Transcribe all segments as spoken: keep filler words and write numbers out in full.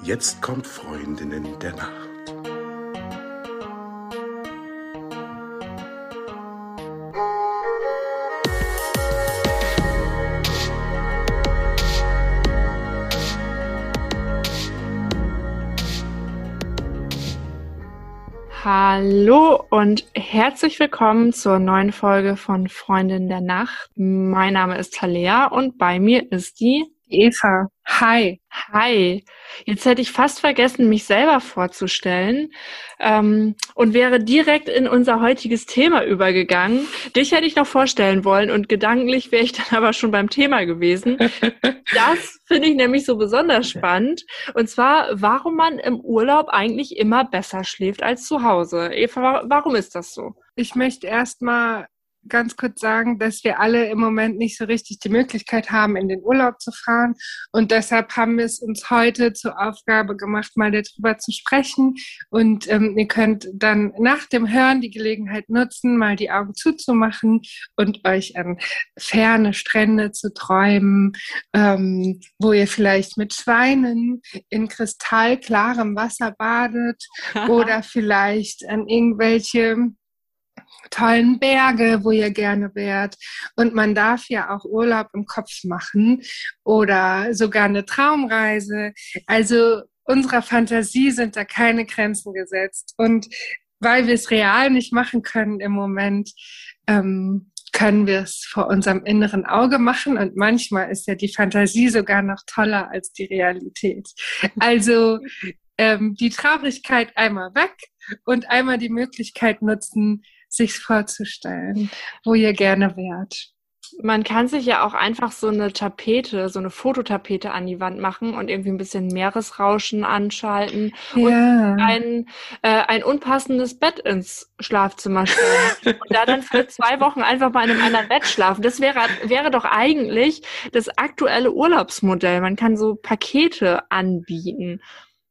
Jetzt kommt Freundinnen der Nacht. Hallo und herzlich willkommen zur neuen Folge von Freundin der Nacht. Mein Name ist Talea und bei mir ist die Eva. Hi. Hi. Jetzt hätte ich fast vergessen, mich selber vorzustellen ähm, und wäre direkt in unser heutiges Thema übergegangen. Dich hätte ich noch vorstellen wollen und gedanklich wäre ich dann aber schon beim Thema gewesen. Das finde ich nämlich so besonders spannend. Und zwar, warum man im Urlaub eigentlich immer besser schläft als zu Hause. Eva, warum ist das so? Ich möchte erstmal ganz kurz sagen, dass wir alle im Moment nicht so richtig die Möglichkeit haben, in den Urlaub zu fahren. Und deshalb haben wir es uns heute zur Aufgabe gemacht, mal darüber zu sprechen. Und ähm, ihr könnt dann nach dem Hören die Gelegenheit nutzen, mal die Augen zuzumachen und euch an ferne Strände zu träumen, ähm, wo ihr vielleicht mit Schweinen in kristallklarem Wasser badet oder vielleicht an irgendwelche tollen Berge, wo ihr gerne wärt. Und man darf ja auch Urlaub im Kopf machen oder sogar eine Traumreise. Also unserer Fantasie sind da keine Grenzen gesetzt. Und weil wir es real nicht machen können im Moment, ähm, können wir es vor unserem inneren Auge machen. Und manchmal ist ja die Fantasie sogar noch toller als die Realität. Also ähm, die Traurigkeit einmal weg und einmal die Möglichkeit nutzen, sich vorzustellen, wo ihr gerne wärt. Man kann sich ja auch einfach so eine Tapete, so eine Fototapete an die Wand machen und irgendwie ein bisschen Meeresrauschen anschalten ja. und ein, äh, ein unpassendes Bett ins Schlafzimmer stellen und da dann für zwei Wochen einfach mal in einem anderen Bett schlafen. Das wäre, wäre doch eigentlich das aktuelle Urlaubsmodell. Man kann so Pakete anbieten.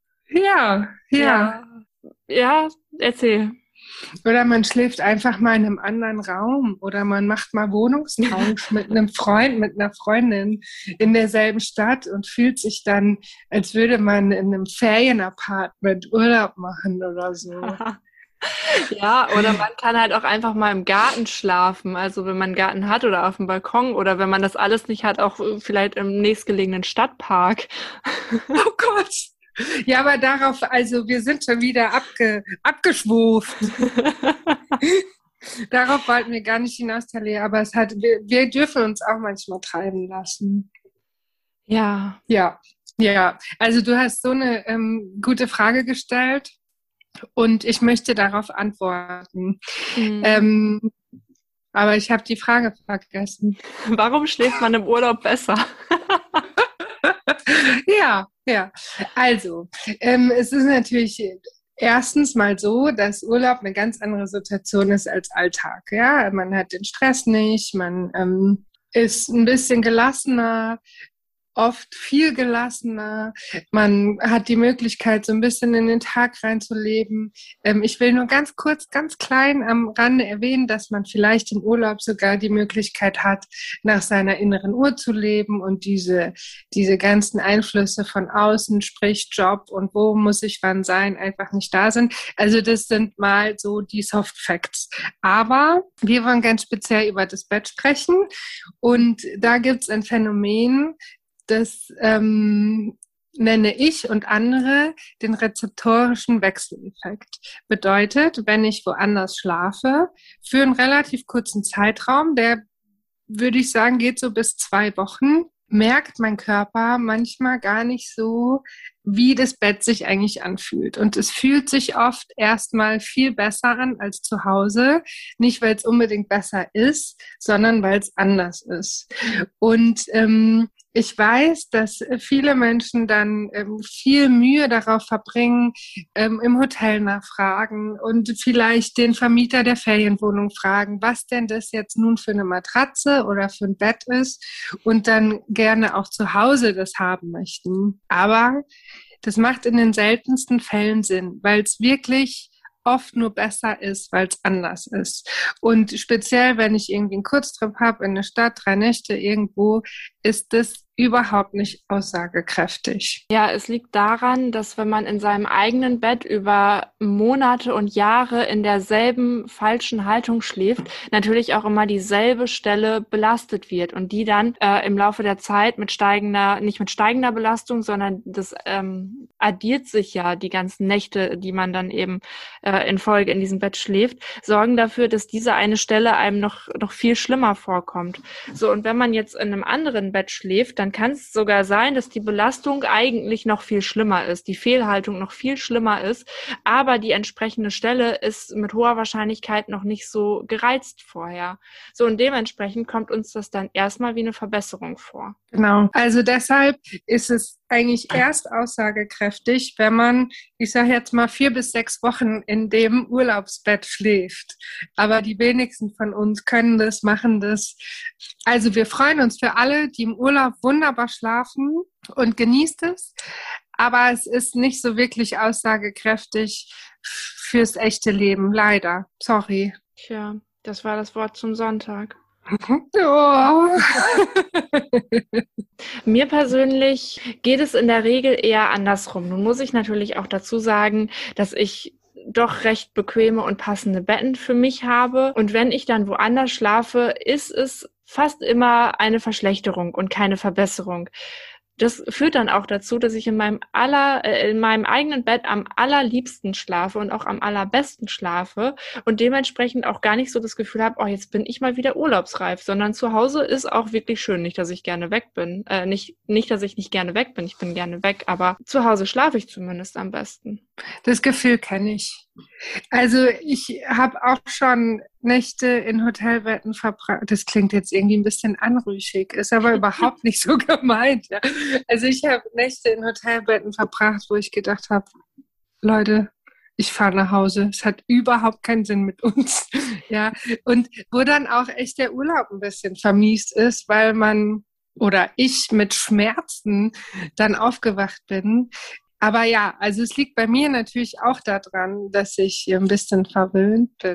Ja, ja. Ja, ja, erzähl. Oder man schläft einfach mal in einem anderen Raum oder man macht mal Wohnungstausch mit einem Freund, mit einer Freundin in derselben Stadt und fühlt sich dann, als würde man in einem Ferienapartment Urlaub machen oder so. Ja, oder man kann halt auch einfach mal im Garten schlafen, also wenn man einen Garten hat oder auf dem Balkon oder wenn man das alles nicht hat, auch vielleicht im nächstgelegenen Stadtpark. Oh Gott! Ja, aber darauf, also wir sind schon wieder abge, abgeschwuft. Darauf wollten wir gar nicht hinaus, Talea, aber es hat, wir, wir dürfen uns auch manchmal treiben lassen. Ja. Ja, ja. Also du hast so eine ähm, gute Frage gestellt und ich möchte darauf antworten. Mhm. Ähm, aber ich habe die Frage vergessen. Warum schläft man im Urlaub besser? Ja, ja. Also, ähm, es ist natürlich erstens mal so, dass Urlaub eine ganz andere Situation ist als Alltag. Ja, man hat den Stress nicht, man ähm, ist ein bisschen gelassener, oft viel gelassener. Man hat die Möglichkeit, so ein bisschen in den Tag reinzuleben. Ähm, ich will nur ganz kurz, ganz klein am Rande erwähnen, dass man vielleicht im Urlaub sogar die Möglichkeit hat, nach seiner inneren Uhr zu leben und diese, diese ganzen Einflüsse von außen, sprich Job und wo muss ich wann sein, einfach nicht da sind. Also das sind mal so die Soft Facts. Aber wir wollen ganz speziell über das Bett sprechen und da gibt es ein Phänomen, das ähm, nenne ich und andere den rezeptorischen Wechseleffekt. Bedeutet, wenn ich woanders schlafe, für einen relativ kurzen Zeitraum, der, würde ich sagen, geht so bis zwei Wochen, merkt mein Körper manchmal gar nicht so, wie das Bett sich eigentlich anfühlt. Und es fühlt sich oft erstmal viel besser an als zu Hause. Nicht, weil es unbedingt besser ist, sondern weil es anders ist. Und ähm, ich weiß, dass viele Menschen dann ähm, viel Mühe darauf verbringen, ähm, im Hotel nachfragen und vielleicht den Vermieter der Ferienwohnung fragen, was denn das jetzt nun für eine Matratze oder für ein Bett ist und dann gerne auch zu Hause das haben möchten. Aber das macht in den seltensten Fällen Sinn, weil es wirklich oft nur besser ist, weil es anders ist. Und speziell, wenn ich irgendwie einen Kurztrip habe in eine Stadt, drei Nächte irgendwo, ist das überhaupt nicht aussagekräftig. Ja, es liegt daran, dass wenn man in seinem eigenen Bett über Monate und Jahre in derselben falschen Haltung schläft, natürlich auch immer dieselbe Stelle belastet wird und die dann äh, im Laufe der Zeit mit steigender, nicht mit steigender Belastung, sondern das ähm, addiert sich ja, die ganzen Nächte, die man dann eben äh, in Folge in diesem Bett schläft, sorgen dafür, dass diese eine Stelle einem noch, noch viel schlimmer vorkommt. So, und wenn man jetzt in einem anderen Bett schläft, dann kann es sogar sein, dass die Belastung eigentlich noch viel schlimmer ist, die Fehlhaltung noch viel schlimmer ist, aber die entsprechende Stelle ist mit hoher Wahrscheinlichkeit noch nicht so gereizt vorher. So, und dementsprechend kommt uns das dann erstmal wie eine Verbesserung vor. Genau. Also deshalb ist es eigentlich erst aussagekräftig, wenn man, ich sage jetzt mal, vier bis sechs Wochen in dem Urlaubsbett schläft. Aber die wenigsten von uns können das, machen das. Also wir freuen uns für alle, die im Urlaub wunderbar schlafen und genießt es. Aber es ist nicht so wirklich aussagekräftig fürs echte Leben, leider. Sorry. Tja, das war das Wort zum Sonntag. Oh. Mir persönlich geht es in der Regel eher andersrum. Nun muss ich natürlich auch dazu sagen, dass ich doch recht bequeme und passende Betten für mich habe. Und wenn ich dann woanders schlafe, ist es fast immer eine Verschlechterung und keine Verbesserung. Das führt dann auch dazu, dass ich in meinem aller, äh, in meinem eigenen Bett am allerliebsten schlafe und auch am allerbesten schlafe und dementsprechend auch gar nicht so das Gefühl habe, oh, jetzt bin ich mal wieder urlaubsreif, sondern zu Hause ist auch wirklich schön. Nicht, dass ich gerne weg bin, äh, nicht, nicht, dass ich nicht gerne weg bin, ich bin gerne weg, aber zu Hause schlafe ich zumindest am besten. Das Gefühl kenne ich. Also ich habe auch schon Nächte in Hotelbetten verbracht. Das klingt jetzt irgendwie ein bisschen anrüchig, ist aber überhaupt nicht so gemeint. Ja. Also ich habe Nächte in Hotelbetten verbracht, wo ich gedacht habe, Leute, ich fahre nach Hause. Es hat überhaupt keinen Sinn mit uns. Ja. Und wo dann auch echt der Urlaub ein bisschen vermiest ist, weil man oder ich mit Schmerzen dann aufgewacht bin. Aber ja, also es liegt bei mir natürlich auch daran, dass ich ein bisschen verwöhnt bin.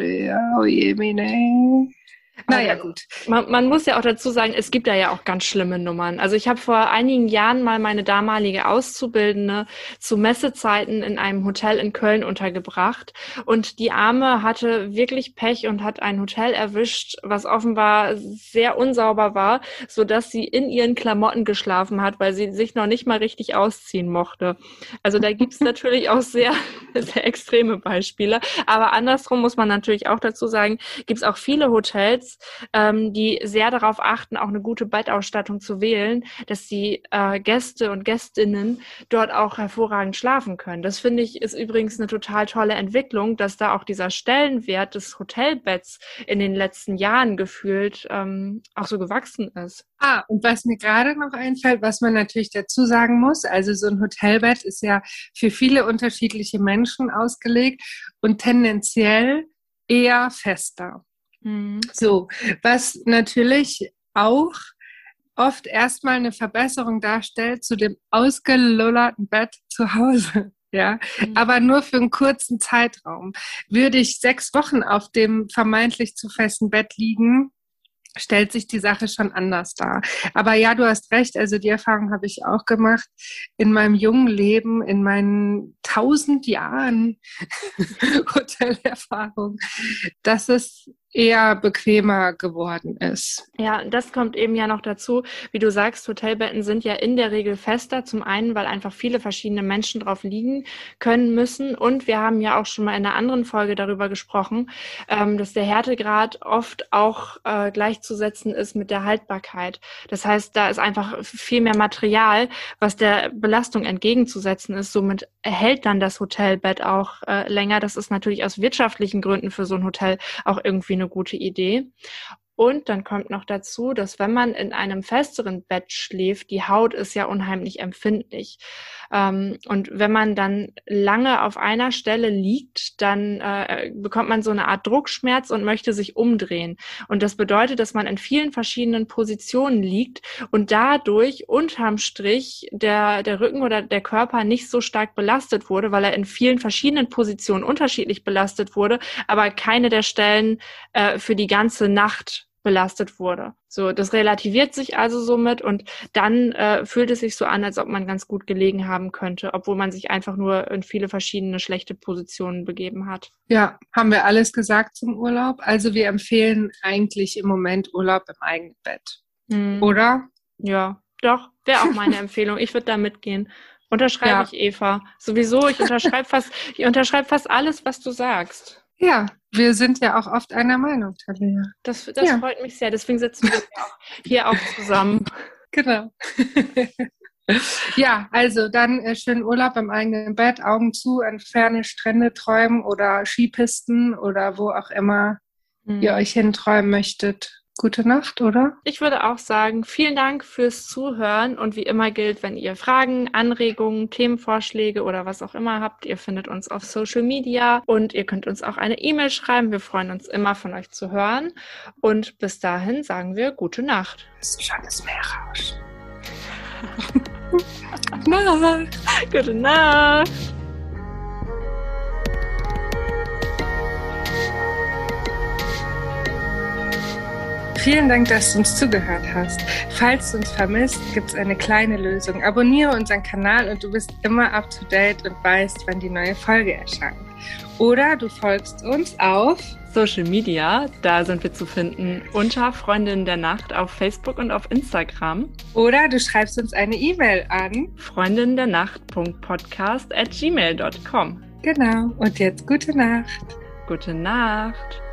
Oh je, meine. Naja, gut. Man, man muss ja auch dazu sagen, es gibt da ja auch ganz schlimme Nummern. Also ich habe vor einigen Jahren mal meine damalige Auszubildende zu Messezeiten in einem Hotel in Köln untergebracht. Und die Arme hatte wirklich Pech und hat ein Hotel erwischt, was offenbar sehr unsauber war, sodass sie in ihren Klamotten geschlafen hat, weil sie sich noch nicht mal richtig ausziehen mochte. Also da gibt es natürlich auch sehr, sehr extreme Beispiele. Aber andersrum muss man natürlich auch dazu sagen, gibt es auch viele Hotels, ähm, die sehr darauf achten, auch eine gute Bettausstattung zu wählen, dass die äh, Gäste und Gästinnen dort auch hervorragend schlafen können. Das finde ich ist übrigens eine total tolle Entwicklung, dass da auch dieser Stellenwert des Hotelbetts in den letzten Jahren gefühlt ähm, auch so gewachsen ist. Ah, und was mir gerade noch einfällt, was man natürlich dazu sagen muss, also so ein Hotelbett ist ja für viele unterschiedliche Menschen ausgelegt und tendenziell eher fester. Mhm. So, was natürlich auch oft erstmal eine Verbesserung darstellt zu dem ausgelullerten Bett zu Hause. Ja, mhm. Aber nur für einen kurzen Zeitraum. Würde ich sechs Wochen auf dem vermeintlich zu festen Bett liegen, stellt sich die Sache schon anders dar. Aber ja, du hast recht, also die Erfahrung habe ich auch gemacht in meinem jungen Leben, in meinen tausend Jahren Hotelerfahrung, dass es eher bequemer geworden ist. Ja, das kommt eben ja noch dazu. Wie du sagst, Hotelbetten sind ja in der Regel fester. Zum einen, weil einfach viele verschiedene Menschen drauf liegen können müssen. Und wir haben ja auch schon mal in einer anderen Folge darüber gesprochen, ähm, dass der Härtegrad oft auch äh, gleichzusetzen ist mit der Haltbarkeit. Das heißt, da ist einfach viel mehr Material, was der Belastung entgegenzusetzen ist. Somit hält dann das Hotelbett auch äh, länger. Das ist natürlich aus wirtschaftlichen Gründen für so ein Hotel auch irgendwie eine gute Idee. Und dann kommt noch dazu, dass wenn man in einem festeren Bett schläft, die Haut ist ja unheimlich empfindlich. Ähm, und wenn man dann lange auf einer Stelle liegt, dann äh, bekommt man so eine Art Druckschmerz und möchte sich umdrehen. Und das bedeutet, dass man in vielen verschiedenen Positionen liegt und dadurch unterm Strich der, der Rücken oder der Körper nicht so stark belastet wurde, weil er in vielen verschiedenen Positionen unterschiedlich belastet wurde, aber keine der Stellen äh, für die ganze Nacht belastet wurde. So, das relativiert sich also somit und dann äh, fühlt es sich so an, als ob man ganz gut gelegen haben könnte, obwohl man sich einfach nur in viele verschiedene schlechte Positionen begeben hat. Ja, haben wir alles gesagt zum Urlaub. Also wir empfehlen eigentlich im Moment Urlaub im eigenen Bett. Hm. Oder? Ja, doch, wäre auch meine Empfehlung. Ich würde da mitgehen. Unterschreibe ja. ich, Eva. Sowieso, ich unterschreibe fast, ich unterschreibe fast alles, was du sagst. Ja, wir sind ja auch oft einer Meinung, Tabea. Das, das ja. freut mich sehr. Deswegen sitzen wir auch hier auch zusammen. Genau. Ja, also dann äh, schönen Urlaub im eigenen Bett, Augen zu, an ferne Strände träumen oder Skipisten oder wo auch immer mhm. ihr euch hinträumen möchtet. Gute Nacht, oder? Ich würde auch sagen, vielen Dank fürs Zuhören und wie immer gilt, wenn ihr Fragen, Anregungen, Themenvorschläge oder was auch immer habt, ihr findet uns auf Social Media und ihr könnt uns auch eine E-Mail schreiben. Wir freuen uns immer, von euch zu hören und bis dahin sagen wir gute Nacht. Es ist schon das Meerrauschen. Gute Nacht. Gute Nacht. Vielen Dank, dass du uns zugehört hast. Falls du uns vermisst, gibt es eine kleine Lösung. Abonniere unseren Kanal und du bist immer up to date und weißt, wann die neue Folge erscheint. Oder du folgst uns auf Social Media, da sind wir zu finden unter Freundinnen der Nacht auf Facebook und auf Instagram. Oder du schreibst uns eine E-Mail an freundinnendernacht punkt podcast at gmail punkt com. Genau, und jetzt gute Nacht. Gute Nacht.